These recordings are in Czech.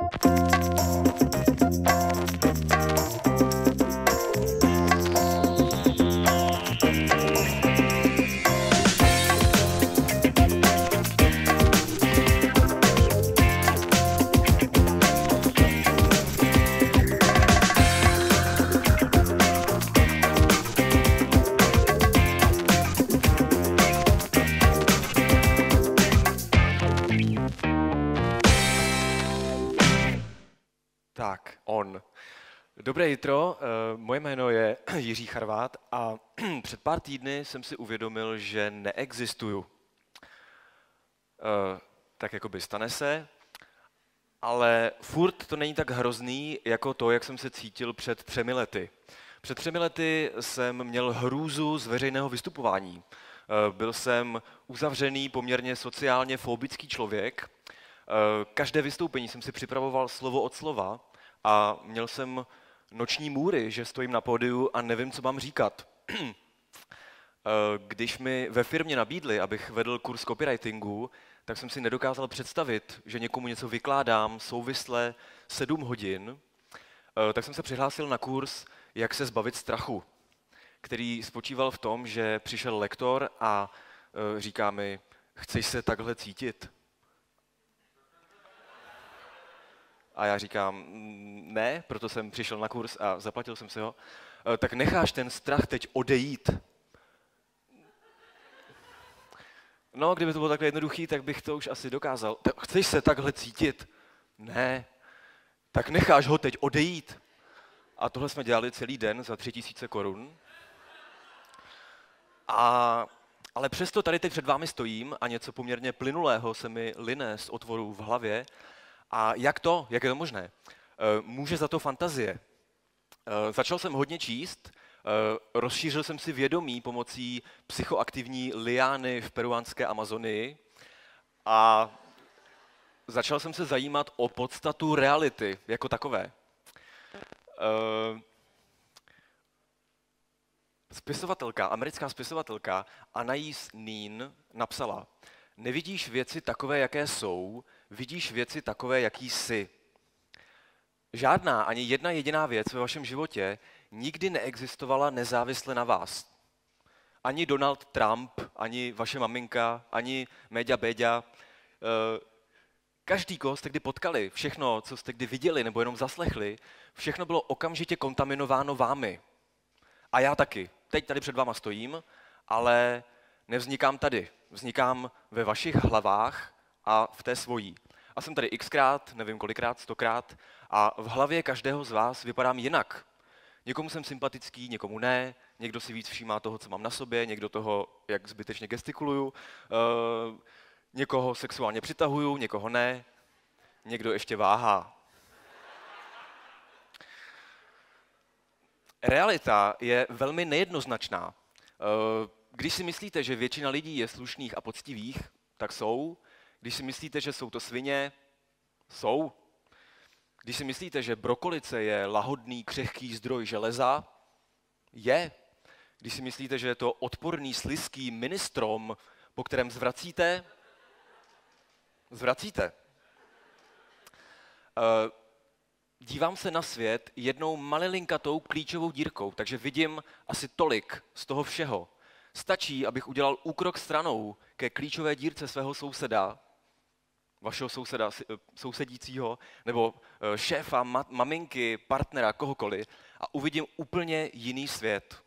Tak, on. Dobré jitro, moje jméno je Jiří Charvát a před pár týdny jsem si uvědomil, že neexistuju. Tak jakoby stane se, ale furt to není tak hrozný, jako to, jak jsem se cítil před 3 lety. Před 3 lety jsem měl hrůzu z veřejného vystupování. Byl jsem uzavřený, poměrně sociálně fobický člověk. Každé vystoupení jsem si připravoval slovo od slova a měl jsem noční můry, že stojím na pódiu a nevím, co mám říkat. Když mi ve firmě nabídli, abych vedl kurz copywritingu, tak jsem si nedokázal představit, že někomu něco vykládám souvisle 7 hodin, tak jsem se přihlásil na kurz Jak se zbavit strachu, který spočíval v tom, že přišel lektor a říká mi, chceš se takhle cítit? A já říkám, ne, proto jsem přišel na kurz a zaplatil jsem si ho. Tak necháš ten strach teď odejít? No, kdyby to bylo takhle jednoduchý, tak bych to už asi dokázal. Chceš se takhle cítit? Ne. Tak necháš ho teď odejít? A tohle jsme dělali celý den za 3000 korun. Ale přesto tady teď před vámi stojím a něco poměrně plynulého se mi line z otvoru v hlavě. A jak je to možné? Může za to fantazie. Začal jsem hodně číst, rozšířil jsem si vědomí pomocí psychoaktivní liány v peruánské Amazonii a začal jsem se zajímat o podstatu reality jako takové. Americká spisovatelka Anais Nin napsala: Nevidíš věci takové, jaké jsou, vidíš věci takové, jaký jsi. Žádná, ani jedna jediná věc ve vašem životě nikdy neexistovala nezávisle na vás. Ani Donald Trump, ani vaše maminka, ani Méďa Béďa. Každý, koho jste kdy potkali, všechno, co jste kdy viděli nebo jenom zaslechli, všechno bylo okamžitě kontaminováno vámi. A já taky. Teď tady před váma stojím, ale nevznikám tady. Vznikám ve vašich hlavách a v té svojí. A jsem tady xkrát, nevím kolikrát, 100krát, a v hlavě každého z vás vypadám jinak. Někomu jsem sympatický, někomu ne, někdo si víc všímá toho, co mám na sobě, někdo toho, jak zbytečně gestikuluju, někoho sexuálně přitahuju, někoho ne, někdo ještě váhá. Realita je velmi nejednoznačná. Když si myslíte, že většina lidí je slušných a poctivých, tak jsou. Když si myslíte, že jsou to svině, jsou. Když si myslíte, že brokolice je lahodný, křehký zdroj železa, je. Když si myslíte, že je to odporný, slizký ministrom, po kterém zvracíte, zvracíte. Dívám se na svět jednou malilinkatou klíčovou dírkou, takže vidím asi tolik z toho všeho. Stačí, abych udělal úkrok stranou ke klíčové dírce svého souseda, vašeho souseda, sousedícího, nebo šéfa, maminky, partnera, kohokoliv a uvidím úplně jiný svět.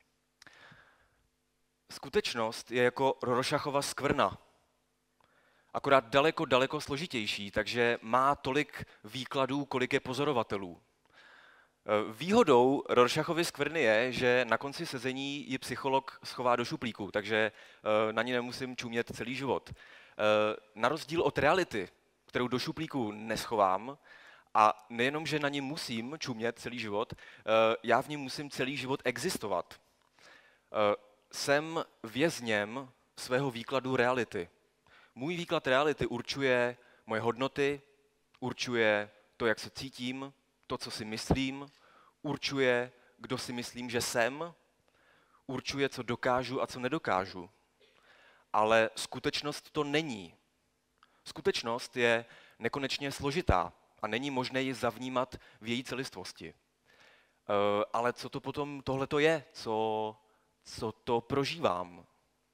Skutečnost je jako Rorschachova skvrna, akorát daleko složitější, takže má tolik výkladů, kolik je pozorovatelů. Výhodou Rorschachovy skvrny je, že na konci sezení ji psycholog schová do šuplíku, takže na ní nemusím čumět celý život. Na rozdíl od reality, kterou do šuplíku neschovám, a nejenom, že na ní musím čumět celý život, já v ní musím celý život existovat. Jsem vězněm svého výkladu reality. Můj výklad reality určuje moje hodnoty, určuje to, jak se cítím, to, co si myslím, určuje, kdo si myslím, že jsem, určuje, co dokážu a co nedokážu. Ale skutečnost to není. Skutečnost je nekonečně složitá a není možné ji zavnímat v její celistvosti. Ale co to potom tohle to je? Co to prožívám?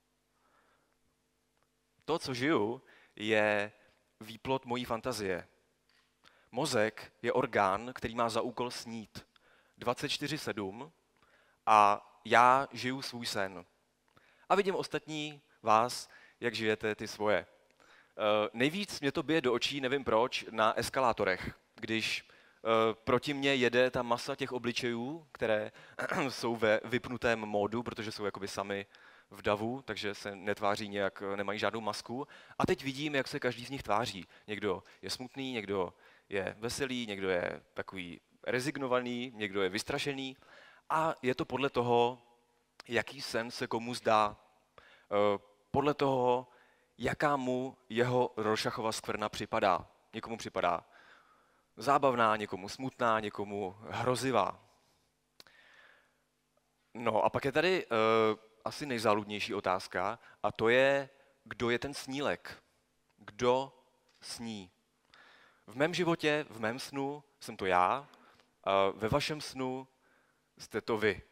To, co žiju, je výplod mojí fantazie. Mozek je orgán, který má za úkol snít 24/7 a já žiju svůj sen. A vidím ostatní vás, jak žijete ty svoje. Nejvíc mě to bije do očí, nevím proč, na eskalátorech, když proti mně jede ta masa těch obličejů, které jsou ve vypnutém módu, protože jsou jakoby sami v davu, takže se netváří nějak, nemají žádnou masku. A teď vidím, jak se každý z nich tváří. Někdo je smutný, někdo je veselý, někdo je takový rezignovaný, někdo je vystrašený. A je to podle toho, jaký sen se komu zdá. Podle toho, jaká mu jeho Rorschachova skvrna připadá. Někomu připadá zábavná, někomu smutná, někomu hrozivá. No a pak je tady asi nejzáludnější otázka a to je, kdo je ten snílek. Kdo sní? V mém životě, v mém snu jsem to já, a ve vašem snu jste to vy.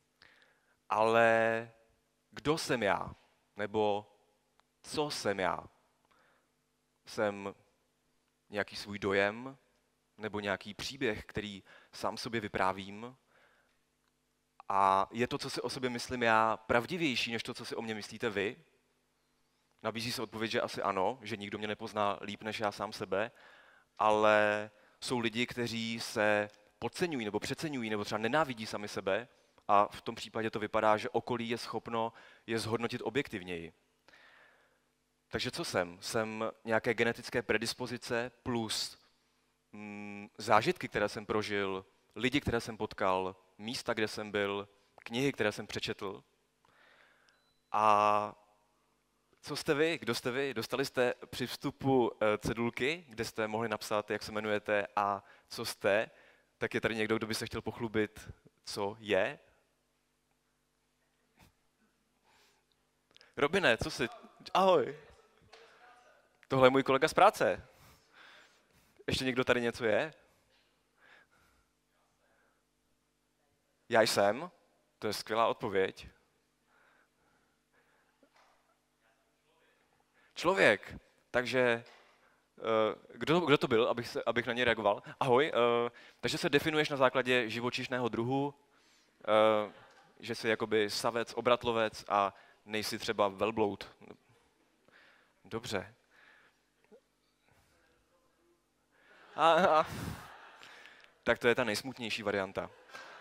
Ale kdo jsem já? Nebo co jsem já? Jsem nějaký svůj dojem? Nebo nějaký příběh, který sám sobě vyprávím? A je to, co si o sobě myslím já, pravdivější, než to, co si o mě myslíte vy? Nabízí se odpověď, že asi ano, že nikdo mě nepozná líp než já sám sebe, ale jsou lidi, kteří se podceňují nebo přeceňují nebo třeba nenávidí sami sebe a v tom případě to vypadá, že okolí je schopno je zhodnotit objektivněji. Takže co jsem? Jsem nějaké genetické predispozice plus zážitky, které jsem prožil, lidi, které jsem potkal, místa, kde jsem byl, knihy, které jsem přečetl. A co jste vy? Kdo jste vy? Dostali jste při vstupu cedulky, kde jste mohli napsat, jak se jmenujete a co jste. Tak je tady někdo, kdo by se chtěl pochlubit, co je? Robine, co jsi? Ahoj. Tohle je můj kolega z práce. Ještě někdo tady něco je? Já jsem. To je skvělá odpověď. Člověk. Takže kdo to byl, abych na něj reagoval? Ahoj. Takže se definuješ na základě živočišného druhu, že jsi jakoby savec, obratlovec a nejsi třeba velbloud. Dobře. Tak to je ta nejsmutnější varianta.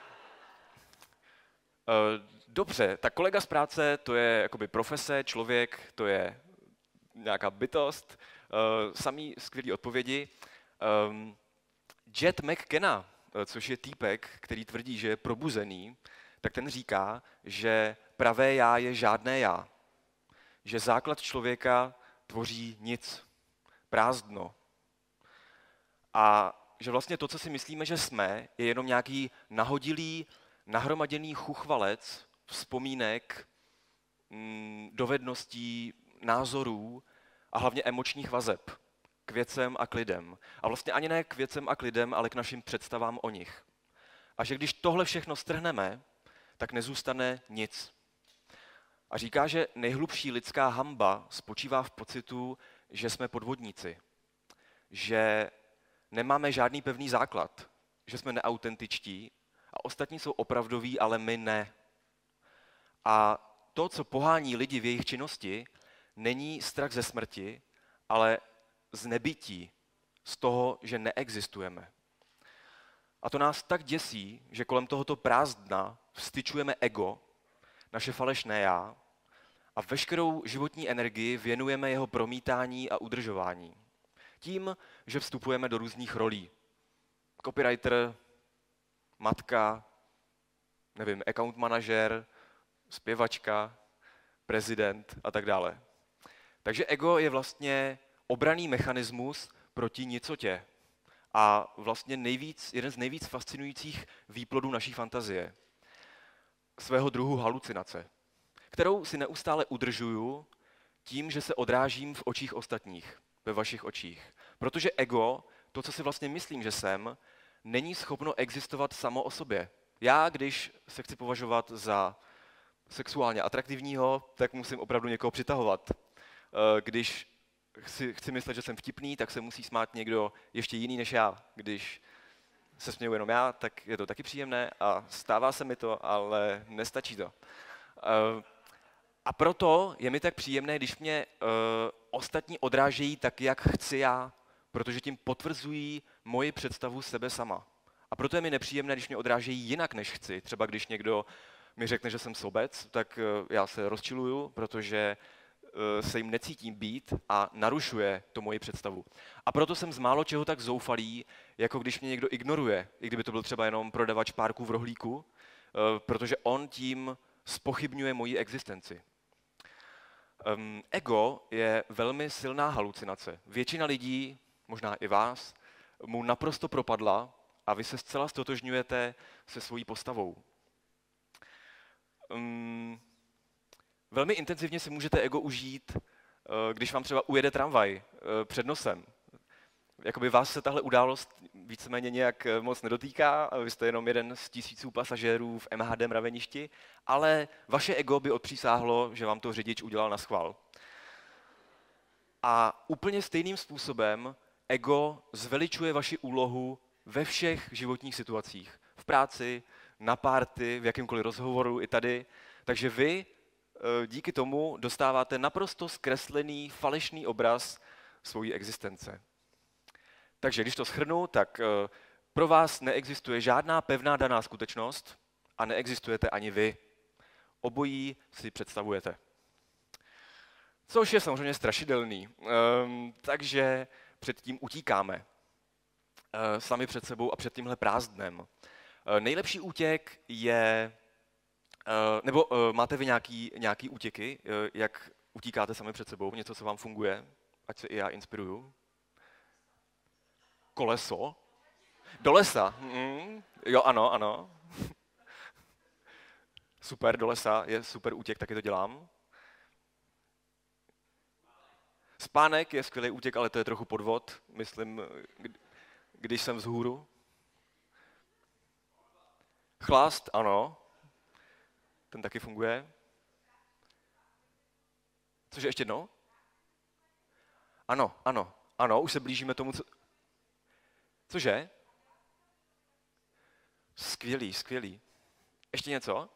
Dobře, tak kolega z práce, to je jakoby profese, člověk, to je nějaká bytost, samý skvělý odpovědi. Jet McKenna, což je týpek, který tvrdí, že je probuzený, tak ten říká, že pravé já je žádné já. Že základ člověka tvoří nic, prázdno. A že vlastně to, co si myslíme, že jsme, je jenom nějaký nahodilý, nahromaděný chuchvalec vzpomínek, dovedností, názorů a hlavně emočních vazeb k věcem a k lidem. A vlastně ani ne k věcem a k lidem, ale k našim představám o nich. A že když tohle všechno strhneme, tak nezůstane nic. A říká, že nejhlubší lidská hanba spočívá v pocitu, že jsme podvodníci. Že nemáme žádný pevný základ, že jsme neautentičtí a ostatní jsou opravdoví, ale my ne. A to, co pohání lidi v jejich činnosti, není strach ze smrti, ale z nebytí, z toho, že neexistujeme. A to nás tak děsí, že kolem tohoto prázdna vstyčujeme ego, naše falešné já, a veškerou životní energii věnujeme jeho promítání a udržování. Tím, že vstupujeme do různých rolí. Copywriter, matka, nevím, account manažer, zpěvačka, prezident a tak dále. Takže ego je vlastně obranný mechanismus proti nicotě a vlastně jeden z nejvíc fascinujících výplodů naší fantazie. Svého druhu halucinace, kterou si neustále udržuju tím, že se odrážím v očích ostatních, ve vašich očích. Protože ego to, co si vlastně myslím, že jsem, není schopno existovat samo o sobě. Já, když se chci považovat za sexuálně atraktivního, tak musím opravdu někoho přitahovat. Když chci myslet, že jsem vtipný, tak se musí smát někdo ještě jiný než já. Když se směju jenom já, tak je to taky příjemné a stává se mi to, ale nestačí to. A proto je mi tak příjemné, když mě ostatní odrážejí tak, jak chci já, protože tím potvrzují moji představu sebe sama. A proto je mi nepříjemné, když mě odrážejí jinak, než chci. Třeba když někdo mi řekne, že jsem sobec, tak já se rozčiluju, protože se jim necítím být a narušuje to moji představu. A proto jsem z málo čeho tak zoufalý, jako když mě někdo ignoruje, i kdyby to byl třeba jenom prodavač párků v rohlíku, protože on tím zpochybňuje moji existenci. Ego je velmi silná halucinace. Většina lidí, možná i vás, mu naprosto propadla a vy se zcela ztotožňujete se svojí postavou. Velmi intenzivně si můžete ego užít, když vám třeba ujede tramvaj před nosem. Jakoby vás se tahle událost víceméně nějak moc nedotýká, vy jste jenom jeden z tisíců pasažérů v MHD mraveništi, ale vaše ego by odpřísáhlo, že vám to řidič udělal naschvál. A úplně stejným způsobem ego zveličuje vaši úlohu ve všech životních situacích. V práci, na párty, v jakémkoliv rozhovoru, i tady. Takže vy díky tomu dostáváte naprosto zkreslený, falešný obraz svojí existence. Takže když to shrnu, tak pro vás neexistuje žádná pevná daná skutečnost a neexistujete ani vy. Obojí si představujete. Což je samozřejmě strašidelný, takže před tím utíkáme. Sami před sebou a před tímhle prázdnem. Nejlepší útěk je, nebo máte vy nějaký útěky, jak utíkáte sami před sebou, něco, co vám funguje, ať se i já inspiruju? Koleso? Do lesa? Jo, ano, ano. Super, do lesa je super útěk, taky to dělám. Spánek je skvělý útěk, ale to je trochu podvod, myslím, když jsem vzhůru. Chlast, ano. Ten taky funguje. Cože, ještě jednou? Ano, ano, ano, už se blížíme tomu, co... Cože? Skvělý, skvělý. Ještě něco?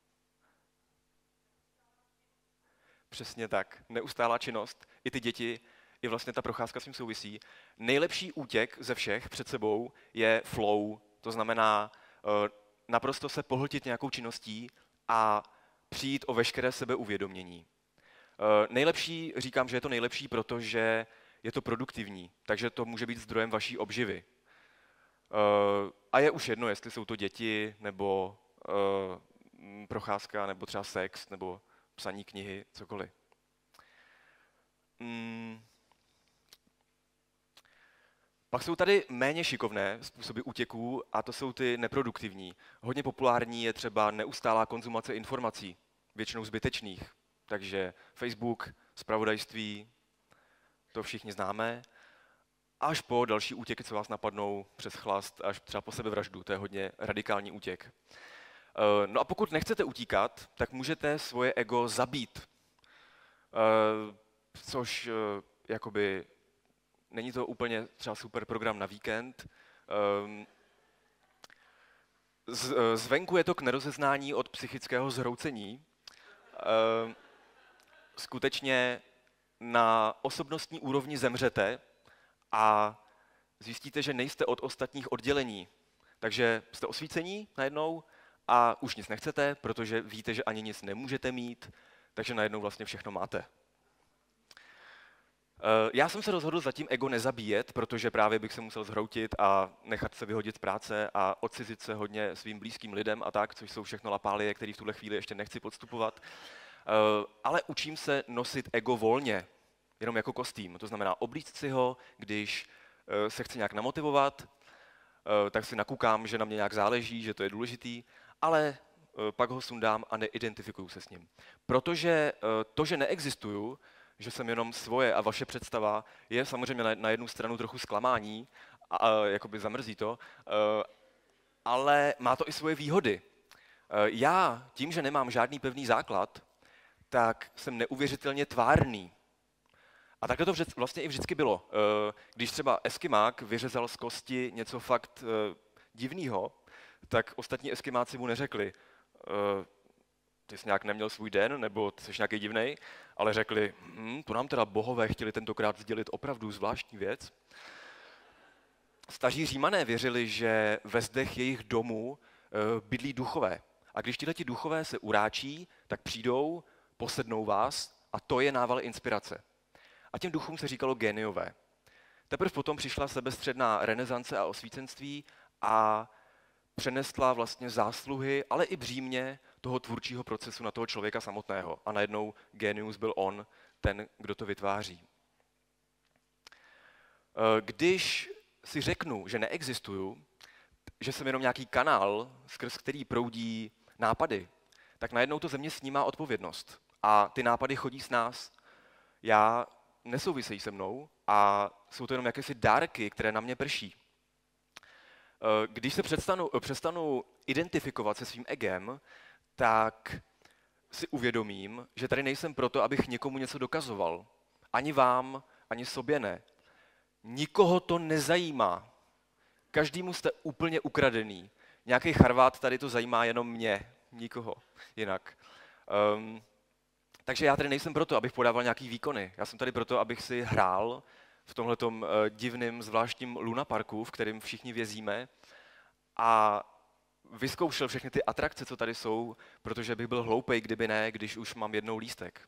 Přesně tak. Neustálá činnost. I ty děti, i vlastně ta procházka s tím souvisí. Nejlepší útěk ze všech před sebou je flow. To znamená naprosto se pohltit nějakou činností a přijít o veškeré sebeuvědomění. Nejlepší, říkám, že je to nejlepší, protože je to produktivní, takže to může být zdrojem vaší obživy. A je už jedno, jestli jsou to děti, nebo procházka, nebo třeba sex, nebo psaní knihy, cokoliv. Pak jsou tady méně šikovné způsoby útěků a to jsou ty neproduktivní. Hodně populární je třeba neustálá konzumace informací, většinou zbytečných. Takže Facebook, zpravodajství, to všichni známe. Až po další útěky, co vás napadnou přes chlast, až třeba po sebevraždu, to je hodně radikální útěk. No a pokud nechcete utíkat, tak můžete svoje ego zabít. Což jakoby není to úplně třeba super program na víkend. Zvenku je to k nerozeznání od psychického zhroucení. Skutečně na osobnostní úrovni zemřete a zjistíte, že nejste od ostatních oddělení. Takže jste osvícení najednou a už nic nechcete, protože víte, že ani nic nemůžete mít, takže najednou vlastně všechno máte. Já jsem se rozhodl zatím ego nezabíjet, protože právě bych se musel zhroutit a nechat se vyhodit z práce a odcizit se hodně svým blízkým lidem a tak, což jsou všechno lapálie, které v tuhle chvíli ještě nechci podstupovat. Ale učím se nosit ego volně, jenom jako kostým. To znamená oblíct si ho, když se chci nějak namotivovat, tak si nakukám, že na mě nějak záleží, že to je důležitý, ale pak ho sundám a neidentifikuju se s ním. Protože to, že neexistuju, že jsem jenom svoje a vaše představa, je samozřejmě na jednu stranu trochu zklamání, jakoby zamrzí to, ale má to i svoje výhody. Já tím, že nemám žádný pevný základ, tak jsem neuvěřitelně tvárný. A takhle to vlastně i vždycky bylo. Když třeba eskimák vyřezal z kosti něco fakt divného, tak ostatní eskimáci mu neřekli, ty jsi nějak neměl svůj den, nebo ty jsi nějaký divnej, ale řekli, to nám teda bohové chtěli tentokrát sdělit opravdu zvláštní věc. Staří Římané věřili, že ve zdech jejich domů bydlí duchové. A když tihleti duchové se uráčí, tak přijdou, posednou vás a to je nával inspirace. A těm duchům se říkalo géniové. Teprve potom přišla sebestředná renesance a osvícenství a přenesla vlastně zásluhy, ale i břímě toho tvůrčího procesu na toho člověka samotného. A najednou génius byl on, ten, kdo to vytváří. Když si řeknu, že neexistuju, že jsem jenom nějaký kanál, skrz který proudí nápady, tak najednou to ze mě snímá odpovědnost. A ty nápady chodí s nás. Já nesouvisejí se mnou a jsou to jenom jakési dárky, které na mě prší. Když se přestanu identifikovat se svým egem, tak si uvědomím, že tady nejsem proto, abych někomu něco dokazoval. Ani vám, ani sobě ne. Nikoho to nezajímá. Každému jste úplně ukradený. Nějaký Charvát tady to zajímá jenom mě, nikoho jinak. Takže já tady nejsem proto, abych podával nějaký výkony. Já jsem tady proto, abych si hrál v tomhletom divným, zvláštním lunaparku, v kterém všichni vězíme a vyzkoušel všechny ty atrakce, co tady jsou, protože bych byl hloupej, kdyby ne, když už mám jednou lístek.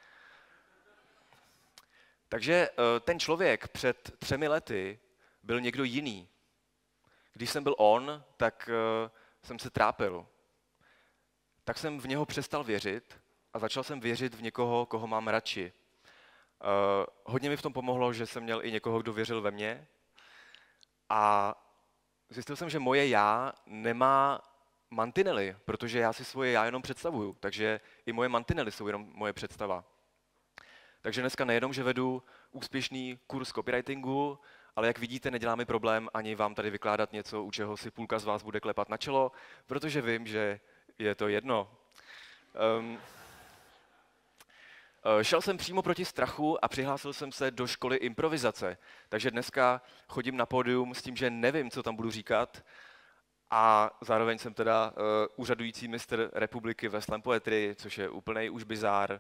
Takže ten člověk před 3 lety byl někdo jiný. Když jsem byl on, tak jsem se trápil. Tak jsem v něho přestal věřit a začal jsem věřit v někoho, koho mám radši. Hodně mi v tom pomohlo, že jsem měl i někoho, kdo věřil ve mě. A zjistil jsem, že moje já nemá mantinely, protože já si svoje já jenom představuju. Takže i moje mantinely jsou jenom moje představa. Takže dneska nejenom, že vedu úspěšný kurz copywritingu, ale jak vidíte, nedělá mi problém ani vám tady vykládat něco, u čeho si půlka z vás bude klepat na čelo, protože vím, že je to jedno. Šel jsem přímo proti strachu a přihlásil jsem se do školy improvizace. Takže dneska chodím na pódium s tím, že nevím, co tam budu říkat. A zároveň jsem teda úřadující mistr republiky ve slam poetry, což je úplnej už bizár.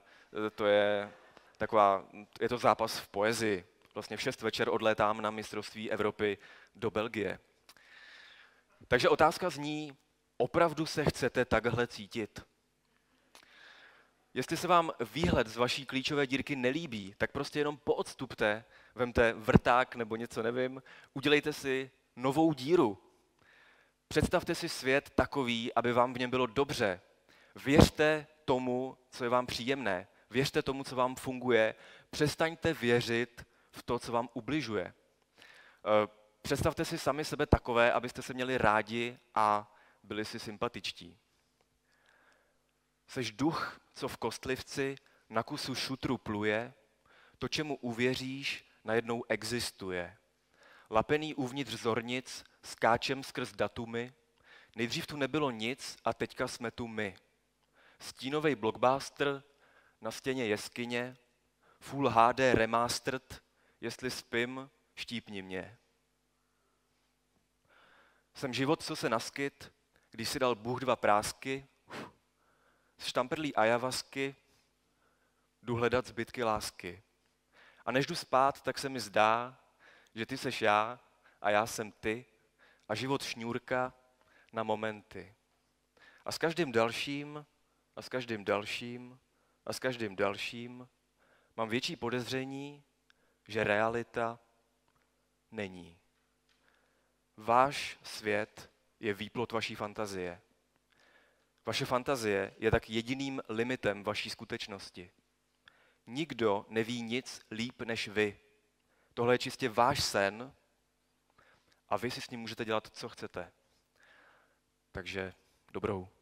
Je to zápas v poezii. Vlastně v 6 večer odlétám na mistrovství Evropy do Belgie. Takže otázka zní, opravdu se chcete takhle cítit? Jestli se vám výhled z vaší klíčové dírky nelíbí, tak prostě jenom poodstupte, vemte vrták nebo něco nevím, udělejte si novou díru. Představte si svět takový, aby vám v něm bylo dobře. Věřte tomu, co je vám příjemné. Věřte tomu, co vám funguje. Přestaňte věřit v to, co vám ubližuje. Představte si sami sebe takové, abyste se měli rádi a byli si sympatičtí. Seš duch, co v kostlivci na kusu šutru pluje, to, čemu uvěříš, najednou existuje. Lapený uvnitř zornic, skáčem skrz datumy, nejdřív tu nebylo nic a teďka jsme tu my. Stínovej blockbuster, na stěně jeskyně, Full HD remastered, jestli spím, štípni mě. Jsem život, co se naskyt, když si dal Bůh 2 prásky, z štamperlí ajavasky jdu hledat zbytky lásky. A než jdu spát, tak se mi zdá, že ty seš já a já jsem ty a život šňůrka na momenty. A s každým dalším a s každým dalším a s každým dalším mám větší podezření, že realita není. Váš svět je výplod vaší fantazie. Vaše fantazie je tak jediným limitem vaší skutečnosti. Nikdo neví nic líp než vy. Tohle je čistě váš sen a vy si s ním můžete dělat, co chcete. Takže dobrou.